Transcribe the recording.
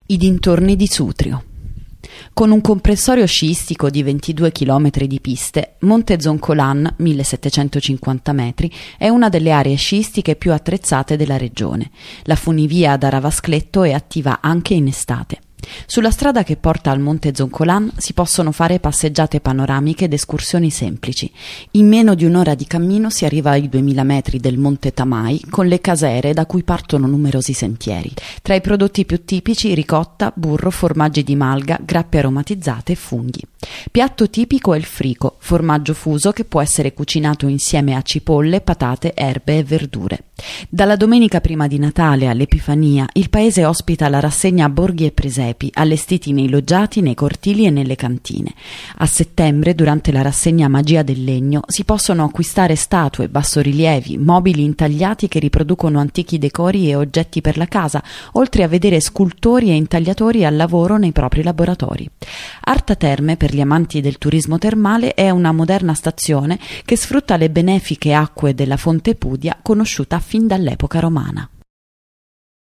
I dintorni di Sutrio. Con un comprensorio sciistico di 22 km di piste, Monte Zoncolan, 1750 metri, è una delle aree sciistiche più attrezzate della regione. La funivia ad Aravascletto è attiva anche in estate. Sulla strada che porta al Monte Zoncolan si possono fare passeggiate panoramiche ed escursioni semplici. In meno di un'ora di cammino si arriva ai 2000 metri del Monte Tamai con le casere da cui partono numerosi sentieri. Tra i prodotti più tipici ricotta, burro, formaggi di malga, grappe aromatizzate e funghi. Piatto tipico è il frico, formaggio fuso che può essere cucinato insieme a cipolle, patate, erbe e verdure. Dalla domenica prima di Natale all'Epifania il paese ospita la rassegna Borghi e Presepi, allestiti nei loggiati, nei cortili e nelle cantine. A settembre, durante la rassegna Magia del Legno, si possono acquistare statue, bassorilievi, mobili intagliati che riproducono antichi decori e oggetti per la casa, oltre a vedere scultori e intagliatori al lavoro nei propri laboratori. Arta Terme, per gli amanti del turismo termale, è una moderna stazione che sfrutta le benefiche acque della Fonte Pudia, conosciuta fin dall'epoca romana.